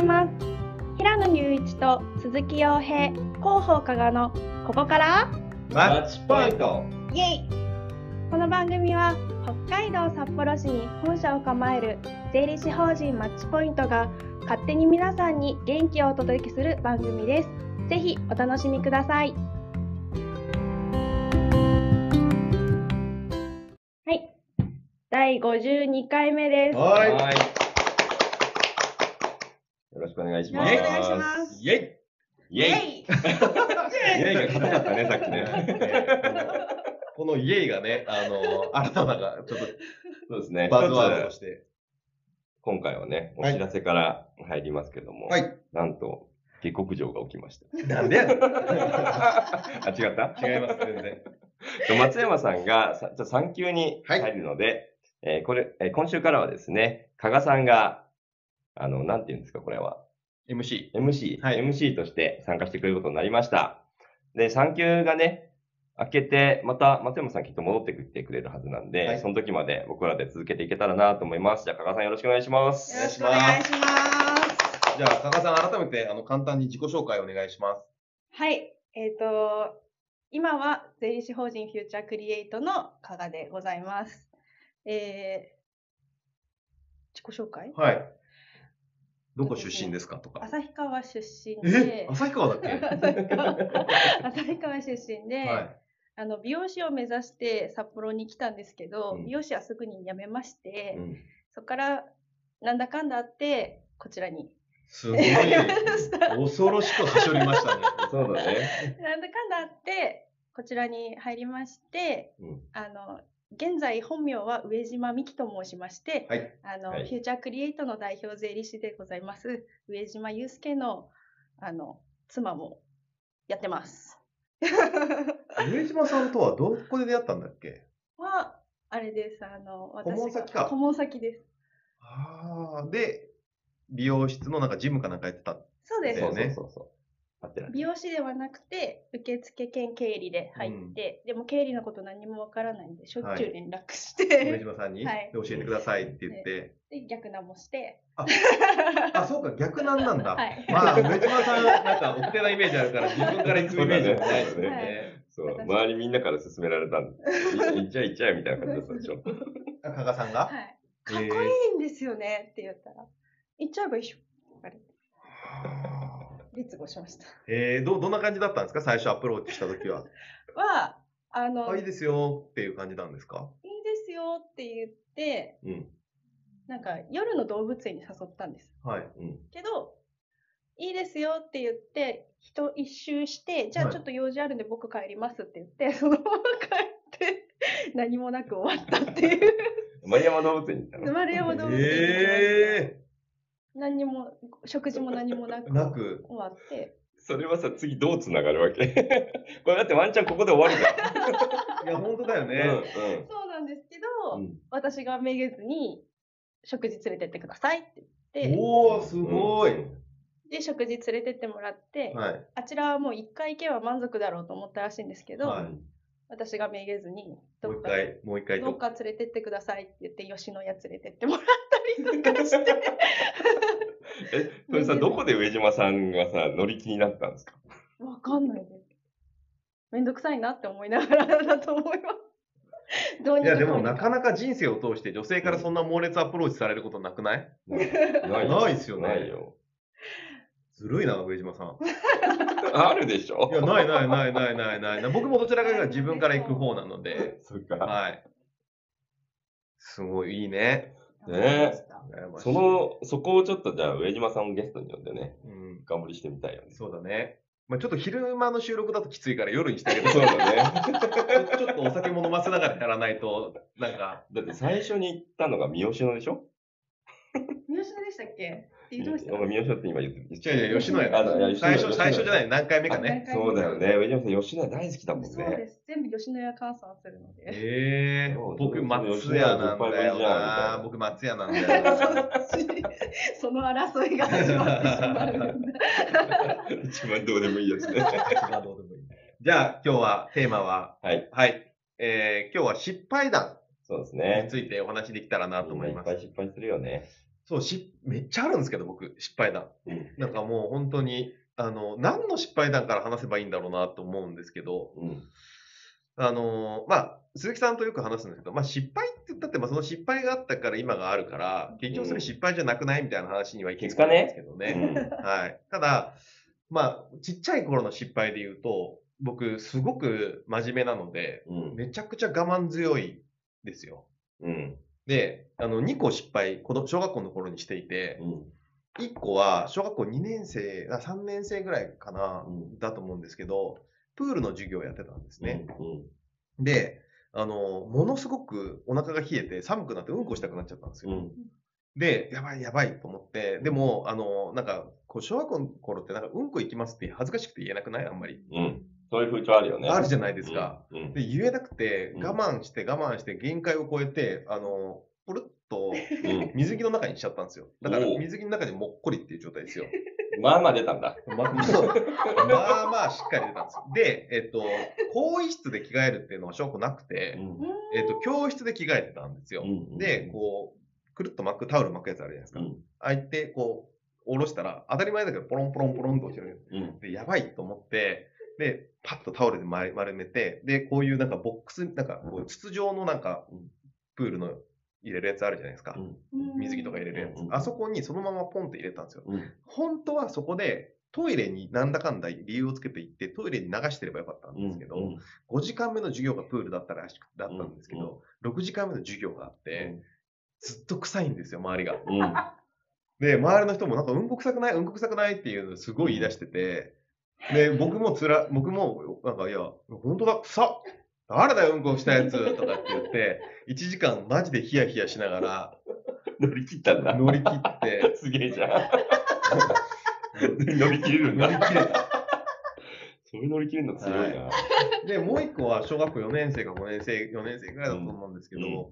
ます。平野雄一と鈴木陽平、広報加賀のここからマッチポイント。 イエイ。この番組は北海道札幌市に本社を構える税理士法人マッチポイントが勝手に皆さんに元気をお届けする番組です。ぜひお楽しみください。はい、第52回目です。 はい。 よろしくお願いします。 よろしくお願いします。 イェイイェイイェイが硬かったね、さっきね。 このイェイがね、新たながちょっとそうですね。 バズワードとして。 今回はね、お知らせから入りますけども、 はい。 なんと、下克上が起きました。 なんでやねん。 あ、違った違います、全然。 松山さんが3級に入るので、今週からはですね、加賀さんが、なんて言うんですか、これは。 MC。 はい。MC として参加してくれることになりました。で、3級がね、明けて、また松山さんきっと戻ってきてくれるはずなんで、はい、その時まで僕らで続けていけたらなと思います。じゃあ、加賀さんよろしくお願いします。 よろしくお願いします。 じゃあ、加賀さん改めて、簡単に自己紹介お願いします。 はい。今は税理士法人フューチャークリエイトの加賀でございます。自己紹介？ はい。どこ出身ですかとか。 旭川出身で。 旭川だっけ？ 旭川出身で、はい、美容師を目指して札幌に来たんですけど、美容師はすぐに辞めまして、そこからなんだかんだあってこちらに。 すごい恐ろしくはしょりましたね。 そうだね。 なんだかんだあってこちらに入りまして、現在本名は上島美希と申しまして、はい、フューチャークリエイトの代表税理士でございます上島祐介の妻もやってます。 上島さんとはどこで出会ったんだっけ？ はあれです。 顧問先か。 顧問先です。 で美容室のなんかジムかなんかやってた。 そうですよね。そう美容師ではなくて受付兼経理で入って、でも経理のこと何もわからないんでしょっちゅう連絡して、 上島さんに、教えてくださいって言って、 で逆難もして、 そうか、逆難なんだ。 はい、 まあ上島さんなんか奥手なイメージあるから自分から行くイメージもないですね。 そう、周りみんなから勧められたんで、行っちゃいみたいな感じだったでしょ。 加賀さんが、 はい、かっこいいんですよねって言ったら、行っちゃえばいいっしょって言われて。立語しました。 どんな感じだったんですか、最初アプローチした時は。いいですよっていう感じなんですか？ いいですよって言って、なんか夜の動物園に誘ったんです。 はい。 けど、いいですよって言って、人一周して、じゃあちょっと用事あるんで僕帰りますって言って、そのまま帰って、何もなく終わったっていう。 丸山動物園に行ったの？ 丸山動物園に行きました。何にも、食事も何もなく終わって。 それはさ、次どうつながるわけ？これだってワンチャンここで終わるから。 いや、本当だよね。 そうなんですけど、私がめげずに、食事連れてってくださいって言って。 おー、すごい。 で、食事連れてってもらって、あちらはもう一回行けば満足だろうと思ったらしいんですけど、私がめげずに、 もう一回どっか連れてってくださいって言って、吉野家連れてってもらったりとかして。 それさ、どこで上島さんがさ、乗り気になったんですか？ わかんないです。めんどくさいなって思いながらだと思います。 いや、でもなかなか人生を通して女性からそんな猛烈アプローチされることなくない？ないですよね。 ないよ。 ずるいな、上島さん。 あるでしょ？ いや、ない。僕もどちらかが自分から行く方なので。 そっか。 はい。すごいいいね。 そこをちょっとじゃあ上島さんをゲストに呼んでね、頑張りしてみたいよね。 そうだね。まあちょっと昼間の収録だときついから夜にしてあげて。 そうだね。 ちょっとお酒も飲ませながらやらないと、なんか。 だって最初に行ったのが三好野でしょ？ 三好野でしたっけ？言ってました。 三好って今言ってる。 違う、吉野家。最初じゃない、何回目かね。 そうだよね。上島さん、吉野家大好きだもんね。 そうです。全部吉野家換算するので。僕、松屋なんだよな。僕、松屋なんだよな。 その争いが始まってしまう。 一番どうでもいいやつね。 一番どうでもいい。じゃあ、今日は、テーマは、はい。今日は失敗談。 そうですね。 についてお話できたらなと思います。 いっぱい失敗するよね。 そう、めっちゃあるんですけど、僕、失敗談。なんかもう本当に、何の失敗談から話せばいいんだろうなと思うんですけど、鈴木さんとよく話すんですけど、失敗って言ったって、その失敗があったから今があるから、結局それ失敗じゃなくないみたいな話にはいけないんですけどね。はい。ただ、ちっちゃい頃の失敗で言うと、僕、すごく真面目なので、めちゃくちゃ我慢強いですよ。で、2個失敗、小学校の頃にしていて、1個は小学校2年生、3年生ぐらいかな、だと思うんですけど、プールの授業をやってたんですね。で、ものすごくお腹が冷えて寒くなってうんこしたくなっちゃったんですよ。で、やばいやばいと思って、でも、小学校の頃ってうんこ行きますって恥ずかしくて言えなくないあんまり。 そういう風潮あるよね。 あるじゃないですか。で、言えなくて、我慢して限界を超えて、ポルッと水着の中にしちゃったんですよ。だから水着の中でもっこりっていう状態ですよ。 まあまあ出たんだ。 まあまあしっかり出たんですよ。で、更衣室で着替えるっていうのは小学校なくて、教室で着替えてたんですよ。で、くるっとタオル巻くやつあるじゃないですか。あいて、下ろしたら、当たり前だけど、ポロンポロンポロンと落ちる。で、やばいと思って、で、パッとタオルで丸めて、で、こういうボックス、筒状のプールの入れるやつあるじゃないですか。水着とか入れるやつ。あそこにそのままポンって入れたんですよ。本当はそこでトイレになんだかんだ理由をつけていって、トイレに流してればよかったんですけど、5時間目の授業がプールだったんですけど、6時間目の授業があって、ずっと臭いんですよ、周りが。で、周りの人もうんこ臭くないっていうのをすごい言い出してて、で、僕もいや、本当だ、臭っ誰だよ、うんこしたやつとかって言って、1時間マジでヒヤヒヤしながら、 乗り切ったんだ。 乗り切って。 すげえじゃん。乗り切れるんだ。 乗り切れた。 それ乗り切れるの強いな。 で、もう一個は小学校4年生か4年生ぐらいだと思うんですけど、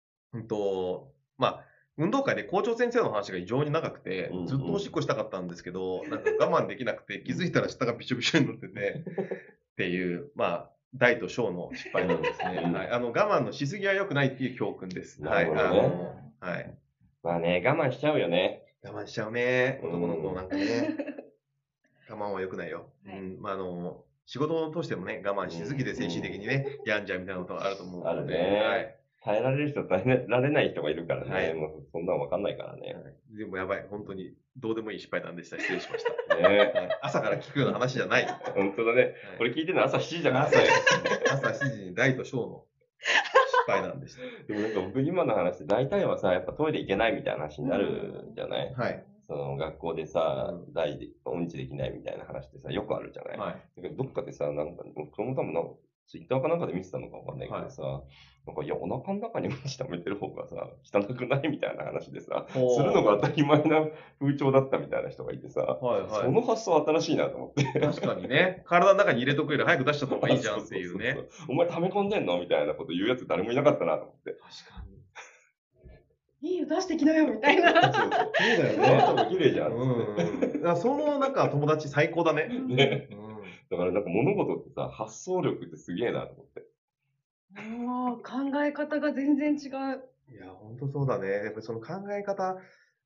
運動会で校長先生の話が異常に長くて、ずっとおしっこしたかったんですけど、我慢できなくて、気づいたら下がびしょびしょになってて、っていう、大と小の失敗なんですね。はい。我慢のしすぎは良くないっていう教訓です。 なるほどね。 はい。 まあね、我慢しちゃうよね。 我慢しちゃうね。男の子なんかね。我慢は良くないよ。仕事を通してもね、我慢しすぎて精神的にね、病んじゃうみたいなことがあると思うので。 あるね。耐えられる人、耐えられない人がいるからね。もうそんなの分かんないからね。 でもやばい。本当に、どうでもいい失敗談でした。失礼しました。ね、朝から聞くような話じゃない。 本当だね。これ聞いてるの朝7時だからね。朝7時に大と小の失敗談でした。 でも僕今の話で大体はさ、やっぱトイレ行けないみたいな話になるじゃない、 はい。 その学校でさ、うんちできないみたいな話ってさ、よくあるじゃない、はい、だけどどっかでさ、僕も多分ツイッターかなんかで見てたのかわかんないけどさ、いや、お腹の中にうんち溜めてる方がさ、汚くないみたいな話でさ、するのが当たり前な風潮だったみたいな人がいてさ、その発想新しいなと思って。 確かにね、体の中に入れとくより早く出した方がいいじゃんっていうね。 お前溜め込んでんのみたいなこと言うやつ誰もいなかったなと思って。 確かに。 いいよ、出してきなよ、みたいな。そうだよね。綺麗じゃん。 その友達最高だね。 ね。だから物事ってさ、発想力ってすげえなと思って。 考え方が全然違う。 いや、ほんとそうだね。やっぱりその考え方、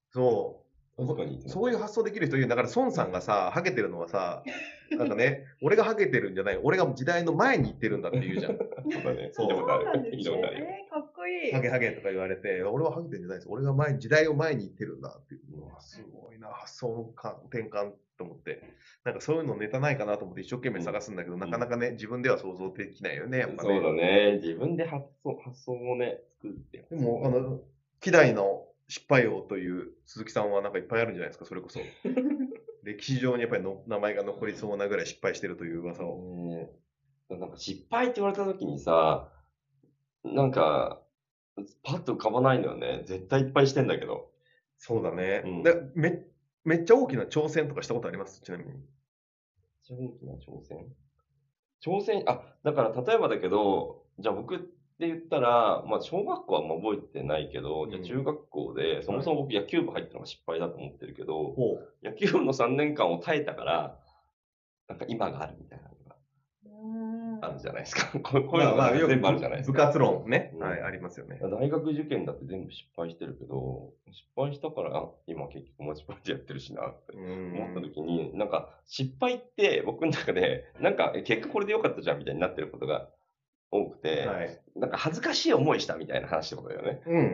そういう発想できる人いる。だから孫さんがさ、ハゲてるのはさ、俺がハゲてるんじゃない、俺が時代の前に行ってるんだって言うじゃん。そうだね。 そうなんですね。かっこいい。 ハゲハゲとか言われて、俺はハゲてるんじゃないです。俺が時代を前に行ってるんだっていう。すごいな、発想の転換と思って。そういうのネタないかなと思って一生懸命探すんだけど、なかなかね、自分では想像できないよね、やっぱね。 そうだね。自分で発想をね、作って。 でも、希代の失敗王という鈴木さんはいっぱいあるんじゃないですか、それこそ。歴史上にやっぱり名前が残りそうなぐらい失敗してるという噂を。 失敗って言われた時にさ、パッと浮かばないんだよね。絶対いっぱいしてんだけど。 そうだね。めっちゃ大きな挑戦とかしたことあります？ちなみに。めっちゃ大きな挑戦、だから例えばだけど、じゃあ僕って言ったら、小学校は覚えてないけど、じゃあ中学校で、そもそも僕野球部入ったのが失敗だと思ってるけど、野球部の3年間を耐えたから、今があるみたいなのがあるじゃないですか。こういうのが全部あるじゃないですか。 部活論ね。はい、ありますよね。 大学受験だって全部失敗してるけど、失敗したから、今結局マチパンでやってるしなって思った時に、なんか失敗って僕の中で、なんか結果これでよかったじゃんみたいになってることが多くて、はい、なんか恥ずかしい思いしたみたいな話ってことだよね。うん。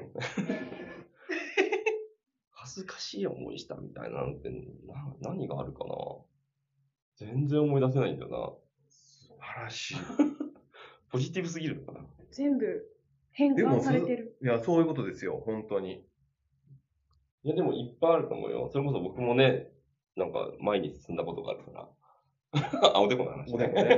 恥ずかしい思いしたみたいなのって何があるかな。全然思い出せないんだよな。 素晴らしい。 ポジティブすぎるのかな。 全部変換されてる。 いや、そういうことですよ、本当に。 いや、でもいっぱいあると思うよ。それこそ僕もね、なんか前に進んだことがあるから。あ、おでこの話、ね。おでこね。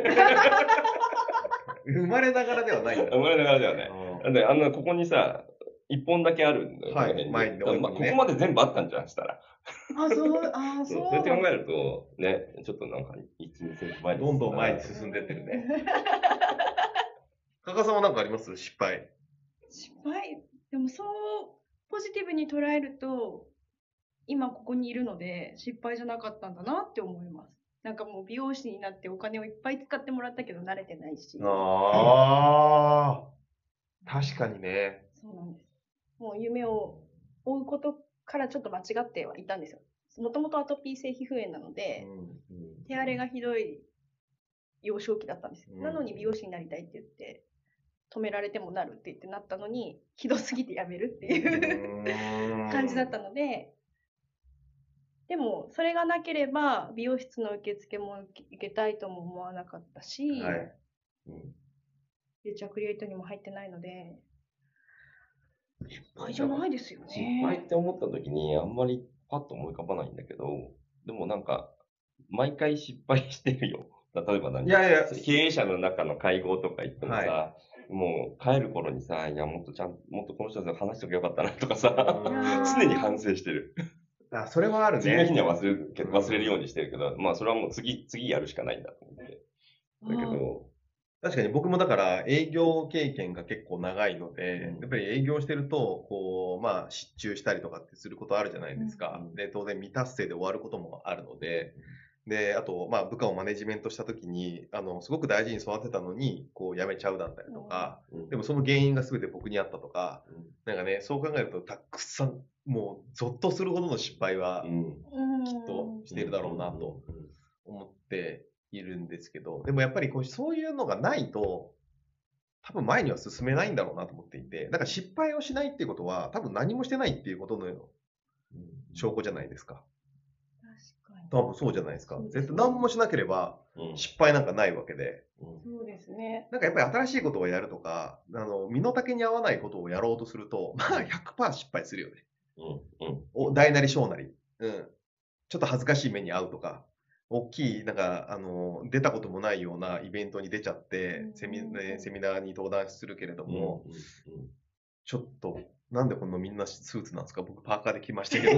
生まれながらではないんだ。 生まれながらではない。なんで、ここにさ、一本だけあるんだよ。 はい、前にね。 ここまで全部あったんじゃんしたら。 そう。 そうやって考えると、ね、ちょっとなんか、1、2センチ前に。 どんどん前に進んでってるね。加賀さんは何かあります？失敗。 失敗？でもそう、ポジティブに捉えると、今ここにいるので、失敗じゃなかったんだなって思います。なんかもう美容師になってお金をいっぱい使ってもらったけど慣れてないし。 ああ、確かにね。 そうなんです。もう夢を追うことからちょっと間違ってはいたんですよ。もともとアトピー性皮膚炎なので、手荒れがひどい幼少期だったんですよ。なのに美容師になりたいって言って、止められてもなるって言ってなったのに、ひどすぎてやめるっていう感じだったので、でもそれがなければ美容室の受付も受けたいとも思わなかったし、フューチャークリエイトにも入ってないので、失敗じゃないですよね。 失敗って思った時にあんまりパッと思い浮かばないんだけど、でもなんか、毎回失敗してるよ。例えば経営者の中の会合とか行ってもさ、もう帰る頃にさ、いや、もっとこの人と話しとけばよかったなとかさ、常に反省してる。 それはあるね。 次の日には忘れるようにしてるけど、まあそれはもう次やるしかないんだと思って。だけど、 確かに僕もだから営業経験が結構長いので、やっぱり営業してると、こう、まあ、失注したりとかってすることあるじゃないですか。で、当然未達成で終わることもあるので、で、あと、まあ、部下をマネジメントしたときに、すごく大事に育てたのに、こう、辞めちゃうだったりとか、でもその原因が全て僕にあったとか、なんかね、そう考えると、たくさん、もう、ゾッとするほどの失敗は、きっとしているだろうな、と思っているんですけど、でもやっぱりそういうのがないと、多分前には進めないんだろうなと思っていて、だから失敗をしないっていうことは、多分何もしてないっていうことの証拠じゃないですか。多分そうじゃないですか。絶対何もしなければ失敗なんかないわけで。 そうですね。 なんかやっぱり新しいことをやるとか、身の丈に合わないことをやろうとすると、まあ 100% 失敗するよね。大なり小なり。ちょっと恥ずかしい目に遭うとか、大きい、なんか、出たこともないようなイベントに出ちゃって、セミナーに登壇するけれども、ちょっと、なんでこんなみんなスーツなんですか？僕パーカーで来ましたけど。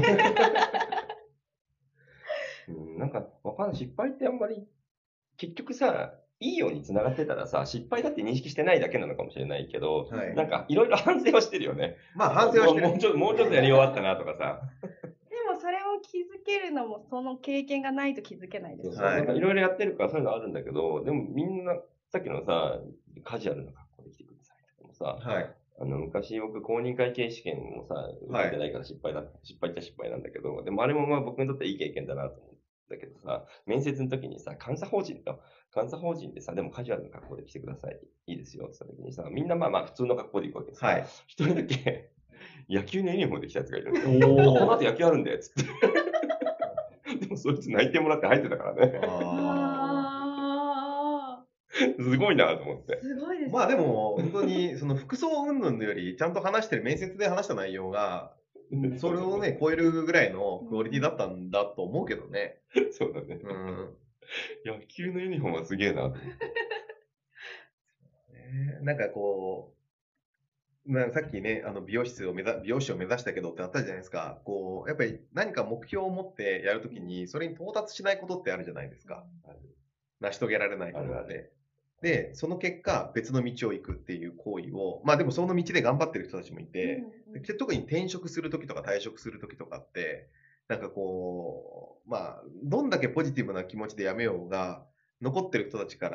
なんか、わかんない。失敗ってあんまり、結局さ、いいように繋がってたらさ、失敗だって認識してないだけなのかもしれないけど、なんか、いろいろ反省はしてるよね。 まあ、反省はしてる。 もうちょっとやり終わったなとかさ。 でも、それを気づけるのも、その経験がないと気づけないですよね。いろいろやってるからそういうのあるんだけど、でもみんな、さっきのさ、カジュアルな格好で来てくださいとかもさ、昔僕公認会計試験もさ、受けてないから失敗っちゃ失敗なんだけど、でもあれもまあ僕にとっていい経験だなと思うんだけどさ、面接の時にさ、監査法人でさ、でもカジュアルな格好で来てください。いいですよって言った時にさ、みんなまあ普通の格好で行くわけですよ。一人だけ野球のユニフォームで来たやつがいるんですよ。この後野球あるんで、つって。でもそいつ内定もらって入ってたからね。すごいなと思って。 すごいですね。 まあでも、本当に、その服装云々より、ちゃんと話してる、面接で話した内容が、それをね、超えるぐらいのクオリティだったんだと思うけどね。 そうだね。野球のユニフォームはすげえなと思って。 なんかこう、さっきね、美容師を目指したけどってあったじゃないですか。こう、やっぱり何か目標を持ってやるときに、それに到達しないことってあるじゃないですか。成し遂げられないことって。で、その結果、別の道を行くっていう行為を、まあでもその道で頑張ってる人たちもいて、特に転職するときとか退職するときとかって、なんかこう、まあ、どんだけポジティブな気持ちで辞めようが、残ってる人たちから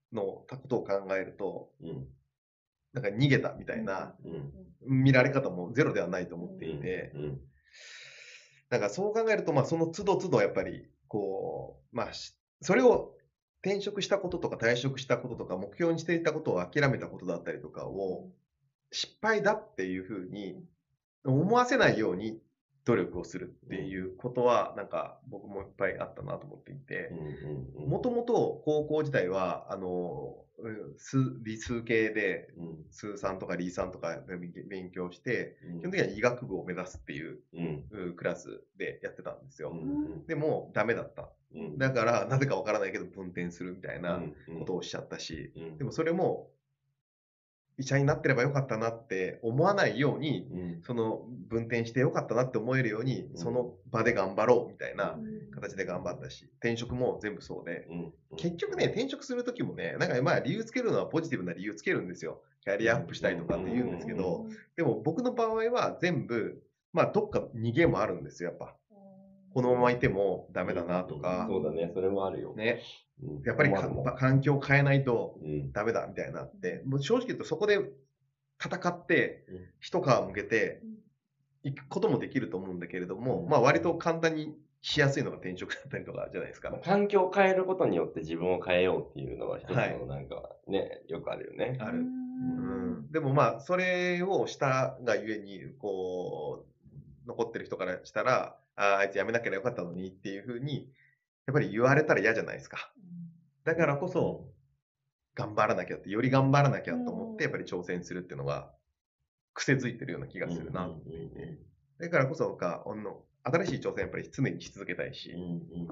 のことを考えると、なんか逃げたみたいな見られ方もゼロではないと思っていて、なんかそう考えると、まあその都度都度やっぱり、こう、まあ、それを転職したこととか退職したこととか目標にしていたことを諦めたことだったりとかを失敗だっていうふうに思わせないように努力をするっていうことは、なんか僕もいっぱいあったなと思っていて、もともと高校時代は、理数系で、数3とか理3とか勉強して、基本的には医学部を目指すっていうクラスでやってたんですよ。でも、ダメだった。だから、なぜかわからないけど、分転するみたいなことをしちゃったし、でもそれも、医者になってればよかったなって思わないように、その分転してよかったなって思えるように、その場で頑張ろうみたいな形で頑張ったし、転職も全部そうで、結局ね、転職するときもね、なんかまあ理由つけるのはポジティブな理由つけるんですよ。キャリアアップしたいとかって言うんですけど、でも僕の場合は全部、まあどっか逃げもあるんですよ、やっぱ。このままいてもダメだなとか。 そうだね、それもあるよ。 ね。やっぱり環境を変えないとダメだみたいなって、もう正直言うとそこで戦って一皮向けていくこともできると思うんだけれども、まあ割と簡単にしやすいのが転職だったりとかじゃないですか。 環境を変えることによって自分を変えようっていうのは一つのなんかね、よくあるよね。 ある。でもまあそれをしたがゆえに、こう、残ってる人からしたら、あいつ辞めなきゃよかったのにっていうふうに、やっぱり言われたら嫌じゃないですか。だからこそ、頑張らなきゃって、より頑張らなきゃと思って、やっぱり挑戦するっていうのが、癖づいてるような気がするなっていうね。だからこそ新しい挑戦やっぱり常にし続けたいし、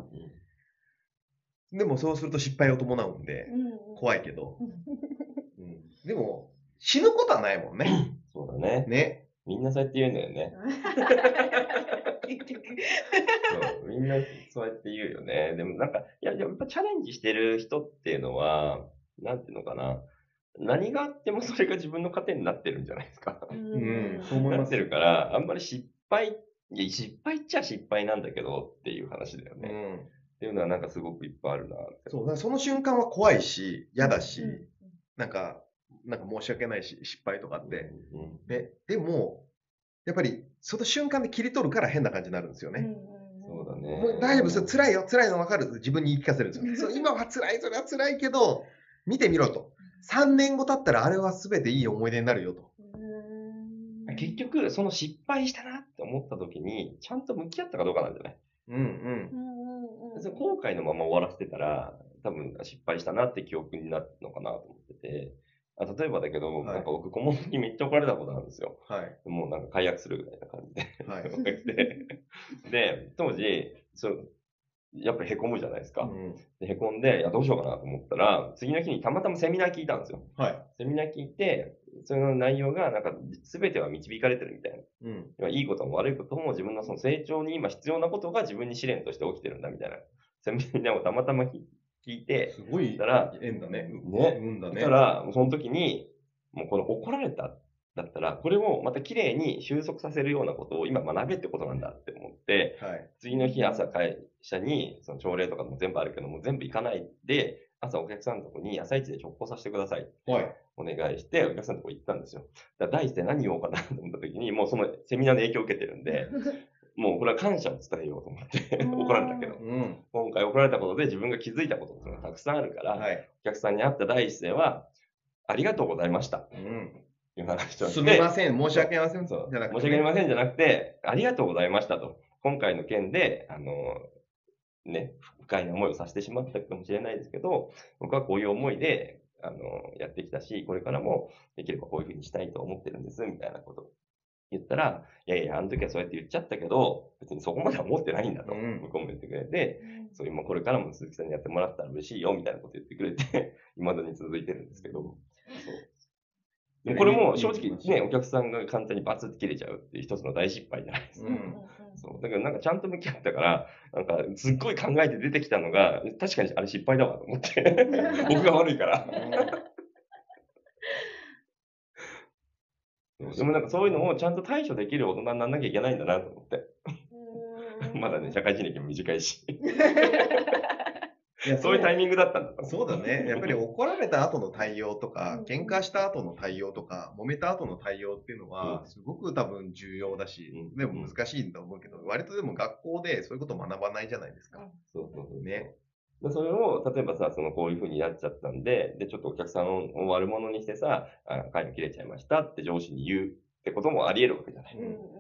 でもそうすると失敗を伴うんで、怖いけど。でも、死ぬことはないもんね。 そうだね。 ね。 みんなそうやって言うんだよね。そう、みんなそうやって言うよね。でもなんか、やっぱチャレンジしてる人っていうのは、なんていうのかな。何があってもそれが自分の糧になってるんじゃないですか。 そう思います。 なってるから、あんまり失敗っちゃ失敗なんだけどっていう話だよね。っていうのはなんかすごくいっぱいあるなって。 そう、だからその瞬間は怖いし、嫌だし、なんか申し訳ないし、失敗とかって。でも、やっぱりその瞬間で切り取るから変な感じになるんですよね。 そうだね。 もう大丈夫、それ辛いよ、辛いの分かる。自分に言い聞かせるんですよ。今は辛い、それは辛いけど、見てみろと。3年後経ったらあれは全ていい思い出になるよと。 結局、その失敗したなって思った時に、ちゃんと向き合ったかどうかなんじゃない？後悔のまま終わらせてたら、多分失敗したなって記憶になるのかなと思ってて、例えばだけど、なんか僕、顧問にめっちゃ怒られたことなんですよ。もうなんか解約するぐらいな感じで。で、当時、やっぱり凹むじゃないですか。で凹んで、いや、どうしようかなと思ったら、次の日にたまたまセミナー聞いたんですよ。セミナー聞いて、その内容が、なんか、すべては導かれてるみたいな。いいことも悪いことも自分のその成長に今必要なことが自分に試練として起きてるんだみたいな。セミナーをたまたま聞いて、 すごい縁だね。 だから、その時に、もうこの怒られただったら、これをまた綺麗に収束させるようなことを今学べってことなんだって思って、次の日朝会社に、その朝礼とかも全部あるけども、全部行かないで、朝お客さんのとこに朝一で直行させてください。お願いして、お客さんのとこ行ったんですよ。だから第一で何言おうかなと思った時に、もうそのセミナーで影響を受けてるんで、もうこれは感謝を伝えようと思って怒られたけど、今回怒られたことで自分が気づいたことっていうのがたくさんあるから、お客さんに会った第一声は、ありがとうございました。いう話をして。 すみません、申し訳ありません。 申し訳ありませんじゃなくて、ありがとうございましたと。今回の件で、不快な思いをさせてしまったかもしれないですけど、僕はこういう思いで、やってきたし、これからもできればこういうふうにしたいと思ってるんです、みたいなことを言ったら、いやいや、あの時はそうやって言っちゃったけど、別にそこまでは思ってないんだと、向こうも言ってくれて、そういう、これからも鈴木さんにやってもらったら嬉しいよ、みたいなこと言ってくれて、未だに続いてるんですけど、そう。これも正直ね、お客さんが簡単にバツって切れちゃうっていう一つの大失敗じゃないですか。そう。だからなんかちゃんと向き合ったから、なんかすっごい考えて出てきたのが、確かにあれ失敗だわと思って。僕が悪いから。でもなんかそういうのをちゃんと対処できる大人にならなきゃいけないんだなと思って。まだね、社会人歴も短いし。 そういうタイミングだったんだ。 そうだね。やっぱり怒られた後の対応とか、喧嘩した後の対応とか、揉めた後の対応っていうのは、すごく多分重要だし、でも難しいんだと思うけど、割とでも学校でそういうことを学ばないじゃないですか。 そうね。それを、例えばさ、こういう風になっちゃったんで、ちょっとお客さんを悪者にしてさ、会議切れちゃいましたって上司に言うってこともあり得るわけじゃない。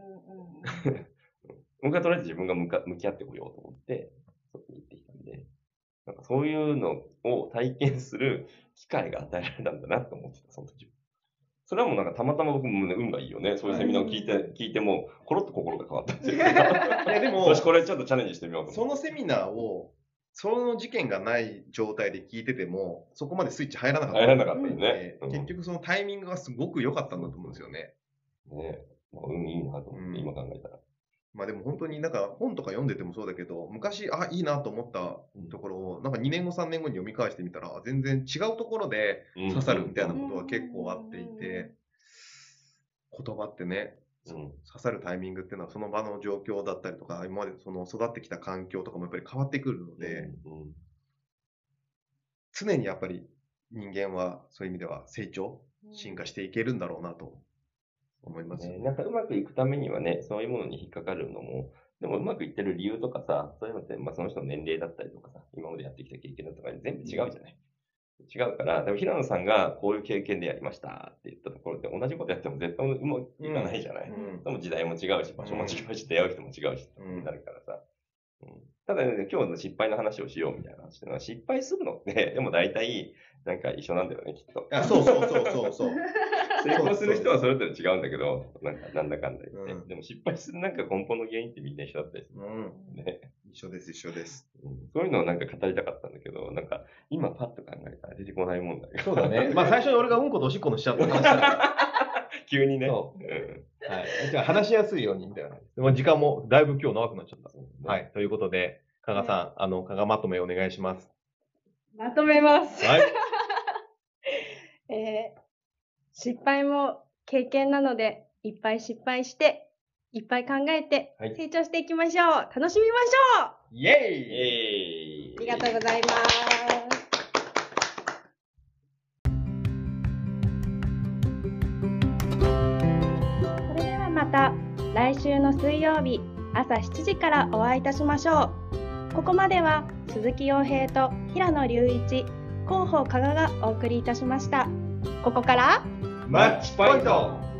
僕はとりあえず自分が向き合ってこようと思って、そこに行ってきたんで、なんかそういうのを体験する機会が与えられたんだなと思ってた、その時。それはもうなんかたまたま僕も、ね、運がいいよね。そういうセミナーを聞いても、コロッと心が変わったんですよ。いやでも、私これちょっとチャレンジしてみようと思って。 そのセミナーを、その事件がない状態で聞いてても、そこまでスイッチ入らなかった。 入らなかったよね。 結局そのタイミングがすごく良かったんだと思うんですよね。 ね、運いいなと思って、今考えたら。 まあでも本当になんか本とか読んでてもそうだけど、昔、いいなと思ったところを、なんか2年後、3年後に読み返してみたら、全然違うところで刺さるみたいなことが結構あっていて、言葉ってね、刺さるタイミングっていうのはその場の状況だったりとか、今までその育ってきた環境とかもやっぱり変わってくるので、常にやっぱり人間はそういう意味では成長、進化していけるんだろうなと思いますね。 なんかうまくいくためにはね、そういうものに引っかかるのも、でもうまくいってる理由とかさ、そういうのって、その人の年齢だったりとかさ、今までやってきた経験だとか全部違うじゃない。違うから、でも平野さんがこういう経験でやりましたって言ったところで、同じことやっても絶対うまくいかないじゃない。でも時代も違うし、場所も違うし、出会う人も違うし、ってなるからさ。ただね、今日の失敗の話をしようみたいな話っていうのは、失敗するのって、でも大体、なんか一緒なんだよね、きっと。 そう。 成功する人はそれぞれ違うんだけど、なんだかんだ言って。でも失敗するなんか根本の原因ってみんな一緒だったりする。ね。 一緒です。 そういうのをなんか語りたかったんだけど、なんか今パッと考えたら出てこないもんだけど。 そうだね。最初に俺がうんことおしっこのしちゃった話だから。 急にね。 はい。じゃあ話しやすいようにみたいな。時間もだいぶ今日長くなっちゃった。はい。ということで、加賀さん、加賀まとめお願いします。 まとめます。 はい。 失敗も経験なので、いっぱい失敗して、いっぱい考えて、成長していきましょう。楽しみましょう。 イエーイ。 ありがとうございます。それではまた来週の水曜日朝7時からお会いいたしましょう。ここまでは鈴木陽平と平野隆一、広報加賀がお送りいたしました。ここからマッチポイント。